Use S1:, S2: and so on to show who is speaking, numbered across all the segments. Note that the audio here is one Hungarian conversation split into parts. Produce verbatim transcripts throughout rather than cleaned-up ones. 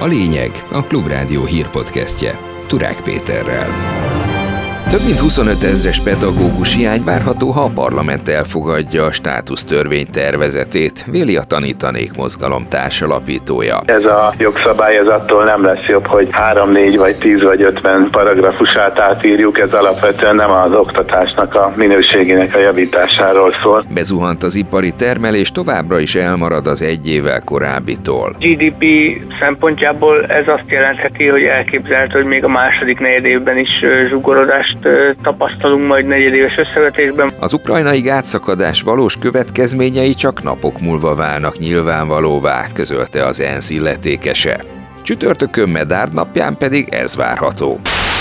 S1: A lényeg a Klubrádió hírpodcastje Turák Péterrel. Több mint huszonöt ezres pedagógus hiány várható, ha a parlament elfogadja a státusztörvény tervezetét, véli a Tanítanék Mozgalom társalapítója.
S2: Ez a jogszabály ez attól nem lesz jobb, hogy három, négy vagy tíz vagy ötven paragrafusát átírjuk, ez alapvetően nem az oktatásnak a minőségének a javításáról szól.
S1: Bezuhant az ipari termelés, továbbra is elmarad az egy évvel korábbitól.
S3: gé dé pé szempontjából ez azt jelentheti, hogy elképzelhető, hogy még a második negyedévben is zsugorodást tapasztalunk majd negyedéves összevetésben.
S1: Az ukrajnai gátszakadás valós következményei csak napok múlva válnak nyilvánvalóvá, közölte az ENSZ illetékese. Csütörtökön Medárd napján pedig ez várható.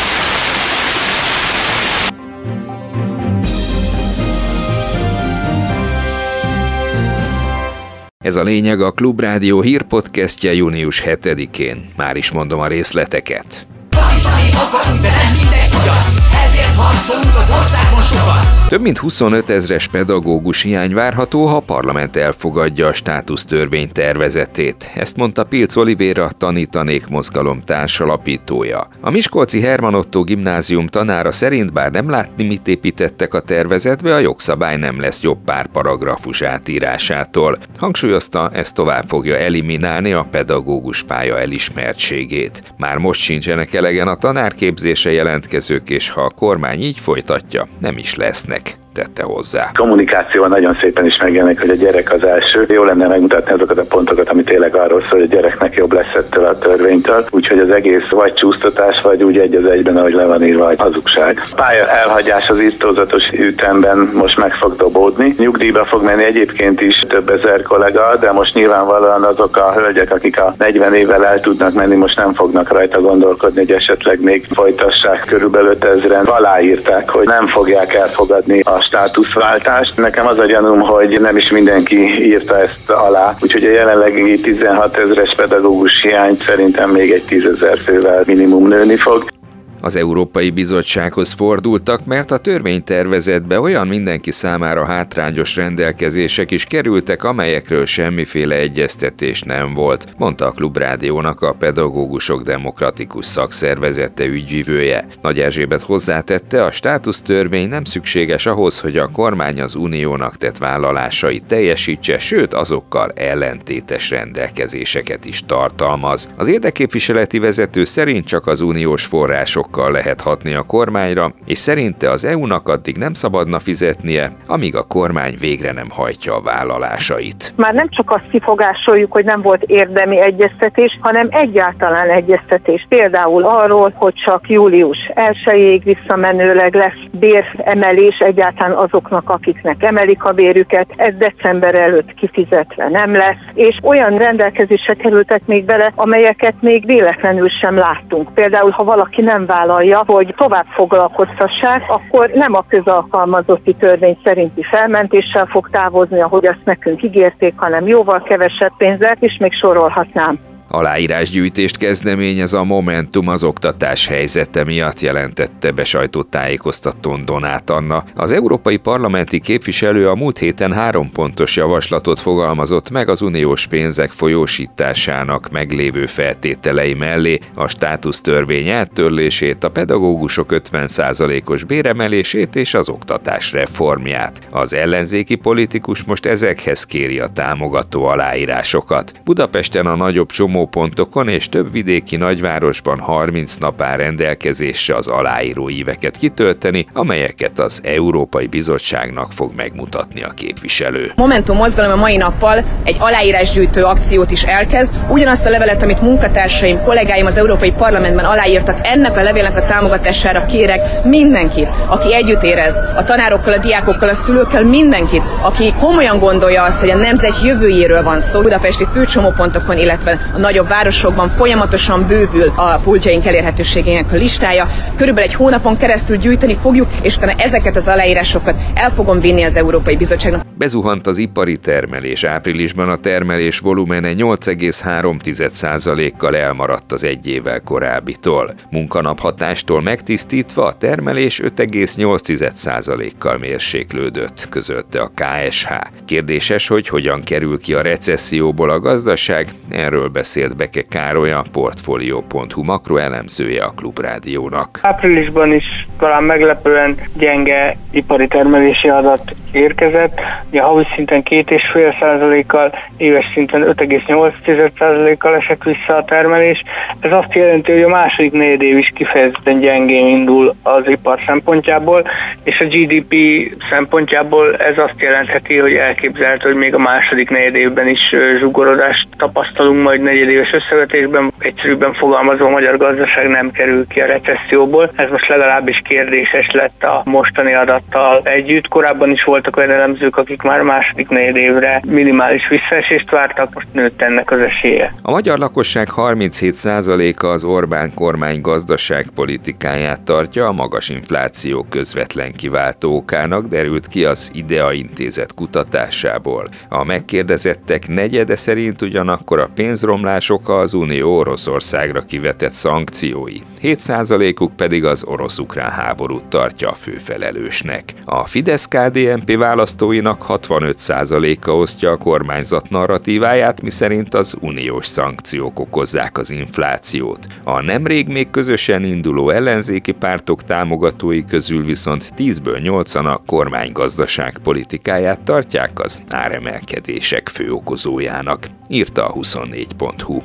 S1: Ez a lényeg a Klubrádió hírpodcastje június hetedikén. Már is mondom a részleteket.
S4: Akarunk, de nem mindenki ugyan, ezért harcolunk az országban sokat.
S1: Több mint huszonöt ezres pedagógus hiány várható, ha a parlament elfogadja a státusztörvény tervezetét. Ezt mondta Pilc Olivéra, Tanítanék Mozgalom társalapítója. A miskolci Herman Ottó gimnázium tanára szerint bár nem látni, mit építettek a tervezetbe, a jogszabály nem lesz jobb pár paragrafus átírásától. Hangsúlyozta, ezt tovább fogja eliminálni a pedagógus pálya elismertségét. Már most sincsenek elegen a tanárképzésre jelentkezők, és ha a kormány így folytatja, nem is lesznek, tette hozzá.
S2: Kommunikációval nagyon szépen is megjelenik, hogy a gyerek az első. Jó lenne megmutatni azokat a pontokat, ami tényleg arról szól, hogy a gyereknek jobb lesz ettől a törvénytől. Úgyhogy az egész vagy csúsztatás, vagy úgy egy az egyben, ahogy le van írva, vagy hazugság. A pálya elhagyás az irtózatos ütemben most meg fog dobódni. Nyugdíjba fog menni egyébként is több ezer kollega, de most nyilvánvalóan azok a hölgyek, akik a negyven évvel el tudnak menni, most nem fognak rajta gondolkodni, hogy esetleg még folytassák. Körülbelül ötezren aláírták, hogy nem fogják elfogadni a státuszváltást. Nekem az a gyanúm, hogy nem is mindenki írta ezt alá, úgyhogy a jelenlegi tizenhat ezres pedagógus hiány szerintem még egy tízezer fővel minimum nőni fog.
S1: Az Európai Bizottsághoz fordultak, mert a törvénytervezetbe olyan mindenki számára hátrányos rendelkezések is kerültek, amelyekről semmiféle egyeztetés nem volt, mondta a Klubrádiónak a Pedagógusok Demokratikus Szakszervezete ügyvivője. Nagy Erzsébet hozzátette, a státusztörvény nem szükséges ahhoz, hogy a kormány az uniónak tett vállalásait teljesítse, sőt azokkal ellentétes rendelkezéseket is tartalmaz. Az érdekképviseleti vezető szerint csak az uniós források lehet hatni a kormányra, és szerinte az é u-nak addig nem szabadna fizetnie, amíg a kormány végre nem hajtja a vállalásait.
S5: Már nem csak azt kifogásoljuk, hogy nem volt érdemi egyeztetés, hanem egyáltalán egyeztetés. Például arról, hogy csak július elsejéig visszamenőleg lesz béremelés egyáltalán azoknak, akiknek emelik a bérüket, ez december előtt kifizetve nem lesz, és olyan rendelkezések kerültek még bele, amelyeket még véletlenül sem láttunk. Például, ha valaki nem vállalja, hogy tovább foglalkoztassák, akkor nem a közalkalmazotti törvény szerinti felmentéssel fog távozni, ahogy azt nekünk ígérték, hanem jóval kevesebb pénzzel, és még sorolhatnám.
S1: Aláírásgyűjtést kezdeményez a Momentum az oktatás helyzete miatt, jelentette be sajtótájékoztatón Donát Anna. Az európai parlamenti képviselő a múlt héten három pontos javaslatot fogalmazott meg az uniós pénzek folyósításának meglévő feltételei mellé, a státusztörvény áttörlését, a pedagógusok ötven százalékos béremelését és az oktatás reformját. Az ellenzéki politikus most ezekhez kéri a támogató aláírásokat. Budapesten a nagyobb csomó pontokon és több vidéki nagyvárosban harminc nap áll rendelkezésre az aláíró íveket kitölteni, amelyeket az Európai Bizottságnak fog megmutatni a képviselő.
S6: Momentum Mozgalom a mai nappal egy aláírásgyűjtő akciót is elkezd. Ugyanazt a levelet, amit munkatársaim, kollégáim az Európai Parlamentben aláírtak, ennek a levélnek a támogatására kérek mindenkit, aki együtt érez a tanárokkal, a diákokkal, a szülőkkel, mindenkit, aki komolyan gondolja azt, hogy a nemzet jövőjéről van szó. Budapesti főcsomópontokon, illetve a nagyobb városokban folyamatosan bővül a pultjaink elérhetőségének a listája. Körülbelül egy hónapon keresztül gyűjteni fogjuk, és utána ezeket az aláírásokat el fogom vinni az Európai Bizottságnak.
S1: Bezuhant az ipari termelés. Áprilisban a termelés volumene nyolc egész három százalékkal elmaradt az egy évvel korábbitól. Munkanaphatástól megtisztítva a termelés öt egész nyolc százalékkal mérséklődött, közölte a ká es há. Kérdéses, hogy hogyan kerül ki a recesszióból a gazdaság, erről beszél beszélt Beke Károly, a Portfolio pont hu makroelemzője a Klubrádiónak.
S3: Áprilisban is talán meglepően gyenge ipari termelési adat érkezett. Ugye havi szinten két egész öt százalékkal, éves szinten öt egész nyolc százalékkal esett vissza a termelés. Ez azt jelenti, hogy a második negyedév is kifejezetten gyengén indul az ipar szempontjából, és a gé dé pé szempontjából ez azt jelentheti, hogy elképzelhető, hogy még a második negyedévben is zsugorodást tapasztalunk, majd negyedéves összevetésben. Egyszerűbben fogalmazva, a magyar gazdaság nem kerül ki a recesszióból. Ez most legalábbis kérdéses lett a mostani adattal együtt. Korábban is voltak olyan elemzők, akik már a második negyedévre minimális visszaesést vártak, most nőtt ennek az esélye.
S1: A magyar lakosság harminchét százaléka az Orbán kormány gazdaságpolitikáját tartja a magas infláció közvetlen kiváltó okának, derült ki az IDEA intézet kutatásából. A megkérdezettek negyede szerint ugyanakkor a pénzromlás oka az Unió Oroszországra kivetett szankciói. hét százalékuk pedig az orosz-ukrán háborút tartja a főfelelősnek. A Fidesz-ká dé en pé választóinak hatvanöt százaléka osztja a kormányzat narratíváját, miszerint az uniós szankciók okozzák az inflációt. A nemrég még közösen induló ellenzéki pártok támogatói közül viszont tízből nyolcan a kormány gazdaságpolitikáját tartják az áremelkedések fő okozójának, írta a huszonnégy pont hu.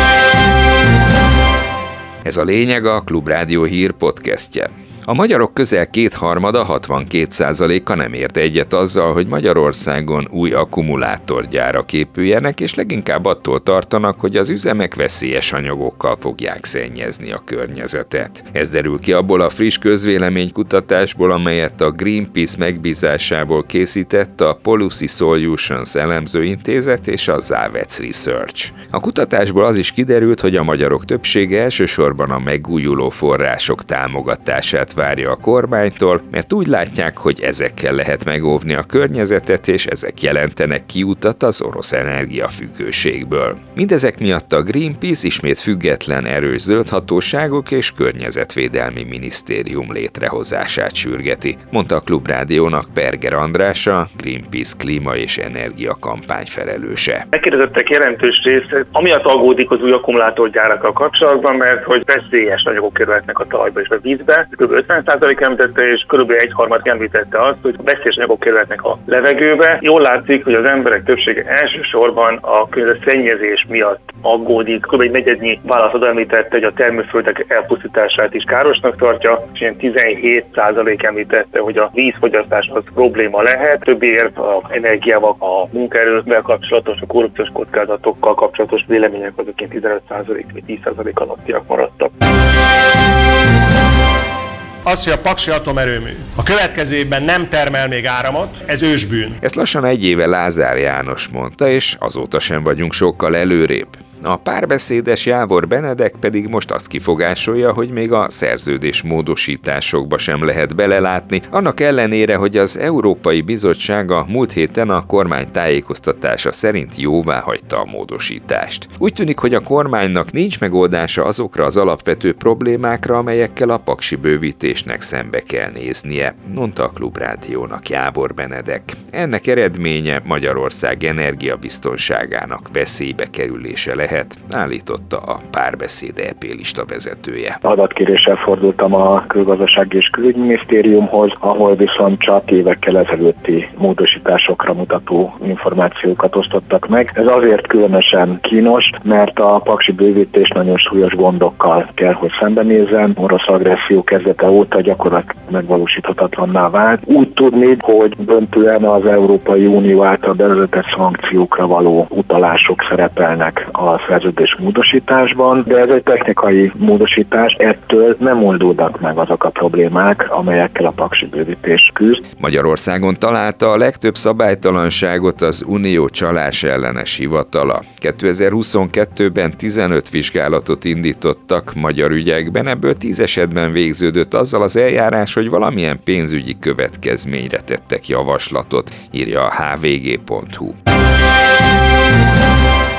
S1: Ez a lényeg, a Klubrádió hír podcastje. A magyarok közel kétharmada, hatvankét százaléka nem ért egyet azzal, hogy Magyarországon új akkumulátorgyárak épüljenek, és leginkább attól tartanak, hogy az üzemek veszélyes anyagokkal fogják szennyezni a környezetet. Ez derül ki abból a friss közvéleménykutatásból, amelyet a Greenpeace megbízásából készített a Policy Solutions elemzőintézet és a Závec Research. A kutatásból az is kiderült, hogy a magyarok többsége elsősorban a megújuló források támogatását várja a kormánytól, mert úgy látják, hogy ezekkel lehet megóvni a környezetet, és ezek jelentenek kiutat az orosz energiafüggőségből. Mindezek miatt a Greenpeace ismét független, erős zöldhatóságok és környezetvédelmi minisztérium létrehozását sürgeti, mondta a Klubrádiónak Perger András, a Greenpeace klíma és energia kampány felelőse.
S7: Megkérdezettek jelentős része, amiatt aggódik az új akkumulátorgyárakkal kapcsolatban, mert hogy veszélyes anyagok kerülhetnek a talajba és a vízbe. Kb. ötven százalék említette, és kb. egyharmad említette azt, hogy veszélyes anyagok kerülhetnek a levegőbe. Jól látszik, hogy az emberek többsége elsősorban a környezetszennyezés miatt aggódik. Kb. egy negyednyi válaszadó említette, hogy a termőföldek elpusztítását is károsnak tartja, és ilyen tizenhét százalék említette, hogy a vízfogyasztás az probléma lehet. Több érv az energiával, a munkaerővel kapcsolatos, a korrupciós kockázatokkal kapcsolatos vélemények azok ilyen tizenöt százalék vagy tíz százalék alattiak maradtak.
S8: Az, hogy a paksi atomerőmű a következő évben nem termel még áramot, ez ősbűn.
S1: Ezt lassan egy éve Lázár János mondta, és azóta sem vagyunk sokkal előrébb. A párbeszédes Jávor Benedek pedig most azt kifogásolja, hogy még a szerződés módosításokba sem lehet belelátni, annak ellenére, hogy az Európai Bizottság a múlt héten a kormány tájékoztatása szerint jóvá hagyta a módosítást. Úgy tűnik, hogy a kormánynak nincs megoldása azokra az alapvető problémákra, amelyekkel a paksi bővítésnek szembe kell néznie, mondta a Klubrádiónak Jávor Benedek. Ennek eredménye Magyarország energiabiztonságának veszélybe kerülése lehet, állította a Párbeszéd é pé lista vezetője.
S2: Adatkéréssel fordultam a Külgazdasági és Külügyminisztériumhoz, ahol viszont csak évekkel ezelőtti módosításokra mutató információkat osztottak meg. Ez azért különösen kínos, mert a paksi bővítés nagyon súlyos gondokkal kell, hogy szembenézzen. Orosz agresszió kezdete óta gyakorlatilag megvalósíthatatlanná vált. Úgy tudni, hogy döntően az Európai Unió által bevezetett szankciókra való utalások szerepelnek a szerződés módosításban, de ez egy technikai módosítás, ettől nem oldódnak meg azok a problémák, amelyekkel a paksi bővítés küzd.
S1: Magyarországon találta a legtöbb szabálytalanságot az Unió csalás ellenes hivatala. kétezer-huszonkettőben tizenöt vizsgálatot indítottak magyar ügyekben, ebből tíz esetben végződött azzal az eljárás, hogy valamilyen pénzügyi következményre tettek javaslatot, írja a há vé gé pont hú.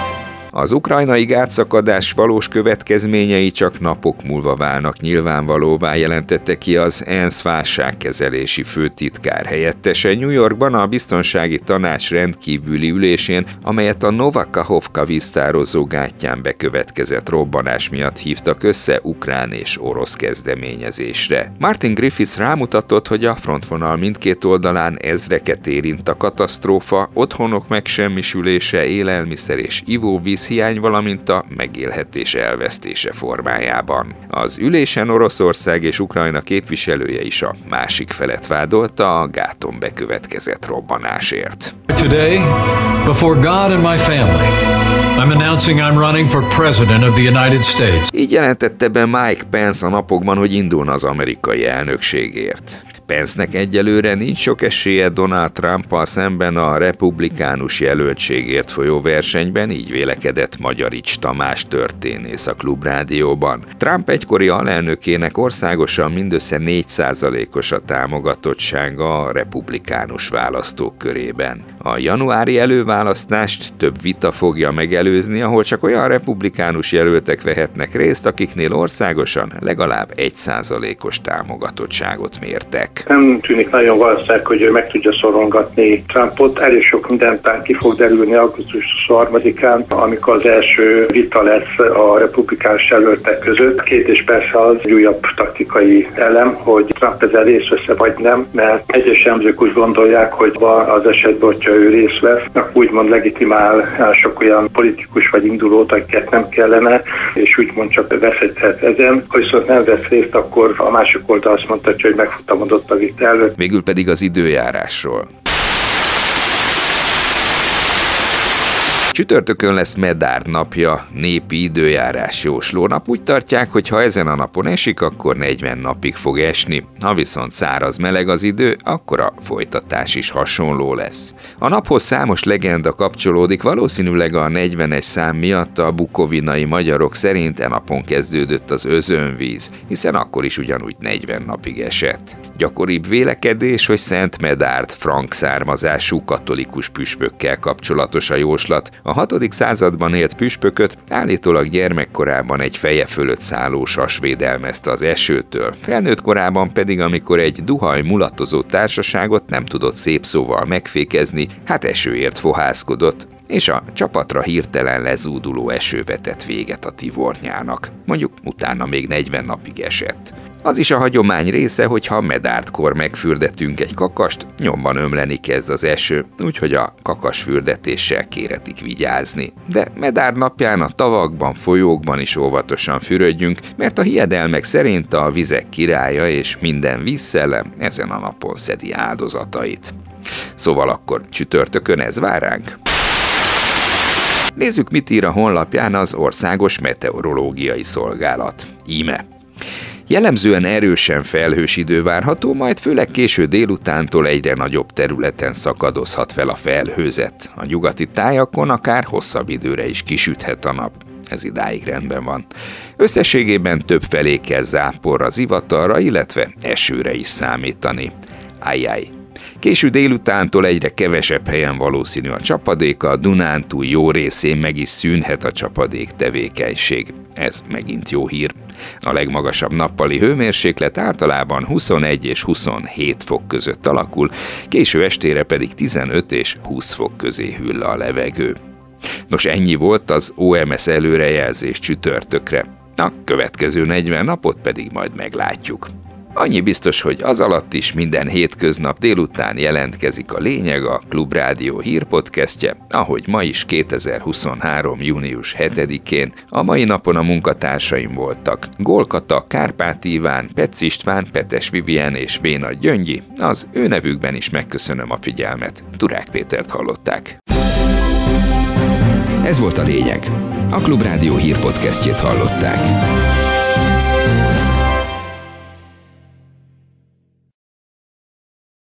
S1: Az ukrajnai gátszakadás valós következményei csak napok múlva válnak nyilvánvalóvá, jelentette ki az ENSZ válságkezelési főtitkár helyettese New Yorkban a Biztonsági Tanács rendkívüli ülésén, amelyet a Novakovka víztározó gátján bekövetkezett robbanás miatt hívtak össze ukrán és orosz kezdeményezésre. Martin Griffiths rámutatott, hogy a frontvonal mindkét oldalán ezreket érint a katasztrófa, otthonok megsemmisülése, élelmiszer és ivóvízhiány, valamint a megélhetés elvesztése formájában. Az ülésen Oroszország és Ukrajna képviselője is a másik felet vádolta a gáton bekövetkezett robbanásért.
S9: Today, before God and my family, I'm announcing I'm running for president of the United States.
S1: Így jelentette be Mike Pence a napokban, hogy indulna az amerikai elnökségért. Pence-nek egyelőre nincs sok esélye Donald Trumppal szemben a republikánus jelöltségért folyó versenyben, így vélekedett Magyarics Tamás történész a Klubrádióban. Trump egykori alelnökének országosan mindössze négy százalékos a támogatottsága a republikánus választók körében. A januári előválasztást több vita fogja megelőzni, ahol csak olyan republikánus jelöltek vehetnek részt, akiknél országosan legalább egy százalékos támogatottságot mértek.
S10: Nem tűnik nagyon valószínűleg, hogy ő meg tudja szorongatni Trumpot. Elég sok mindentán ki fog derülni augusztus harmadikán, amikor az első vita lesz a republikánus jelöltek között. Két és persze az újabb taktikai elem, hogy Trump ezzel részt vesz vagy nem, mert egyes elemzők úgy gondolják, hogy az esetben, hogyha ő részt vesz, úgymond legitimál sok olyan politikus vagy indulót, akiket nem kellene, és úgymond csak veszethet ezen. Ha viszont nem vesz részt, akkor a másik oldal azt mondhatja, hogy megfutamodott a vita előtt.
S1: Végül pedig az időjárásról. Csütörtökön lesz Medárd napja, népi időjárás jóslónap. Úgy tartják, hogy ha ezen a napon esik, akkor negyven napig fog esni. Ha viszont száraz meleg az idő, akkor a folytatás is hasonló lesz. A naphoz számos legenda kapcsolódik, valószínűleg a negyvenes szám miatt a bukovinai magyarok szerint e napon kezdődött az özönvíz, hiszen akkor is ugyanúgy negyven napig esett. Gyakoribb vélekedés, hogy Szent Medárd frank származású katolikus püspökkel kapcsolatos a jóslat. A hatodik században élt püspököt állítólag gyermekkorában egy feje fölött szálló sas védelmezte az esőtől, felnőtt korában pedig, amikor egy duhaj mulatozó társaságot nem tudott szép szóval megfékezni, hát esőért fohászkodott, és a csapatra hirtelen lezúduló eső vetett véget a Tivornyának. Mondjuk utána még negyven napig esett. Az is a hagyomány része, hogy ha medárdkor megfürdetünk egy kakast, nyomban ömleni kezd az eső, úgyhogy a kakasfürdetéssel kéretik vigyázni. De medárd napján a tavakban, folyókban is óvatosan fürödjünk, mert a hiedelmek szerint a vizek királya és minden vízszellem ezen a napon szedi áldozatait. Szóval akkor csütörtökön ez vár ránk? Nézzük, mit ír a honlapján az Országos Meteorológiai Szolgálat. Íme. Jellemzően erősen felhős idő várható, majd főleg késő délutántól egyre nagyobb területen szakadozhat fel a felhőzet. A nyugati tájakon akár hosszabb időre is kisüthet a nap. Ez idáig rendben van. Összességében több felé kell záporra, zivatarra, illetve esőre is számítani. Ajjaj. Késő délutántól egyre kevesebb helyen valószínű a csapadék, a Dunántúl jó részén meg is szűnhet a csapadék tevékenység. Ez megint jó hír. A legmagasabb nappali hőmérséklet általában huszonegy és huszonhét fok között alakul, késő estére pedig tizenöt és húsz fok közé hűl a levegő. Nos, ennyi volt az o em es előrejelzés csütörtökre. A következő negyven napot pedig majd meglátjuk. Annyi biztos, hogy az alatt is minden hétköznap délután jelentkezik a lényeg, a Klubrádió hírpodcastje, ahogy ma is kétezer-huszonhárom. június hetedikén. A mai napon a munkatársaim voltak Gól Kata, Kárpát Iván, Petsz István, Petes Vivien és Béna Gyöngyi. Az ő nevükben is megköszönöm a figyelmet. Turák Pétert hallották. Ez volt a lényeg. A Klubrádió hírpodcastjét hallották.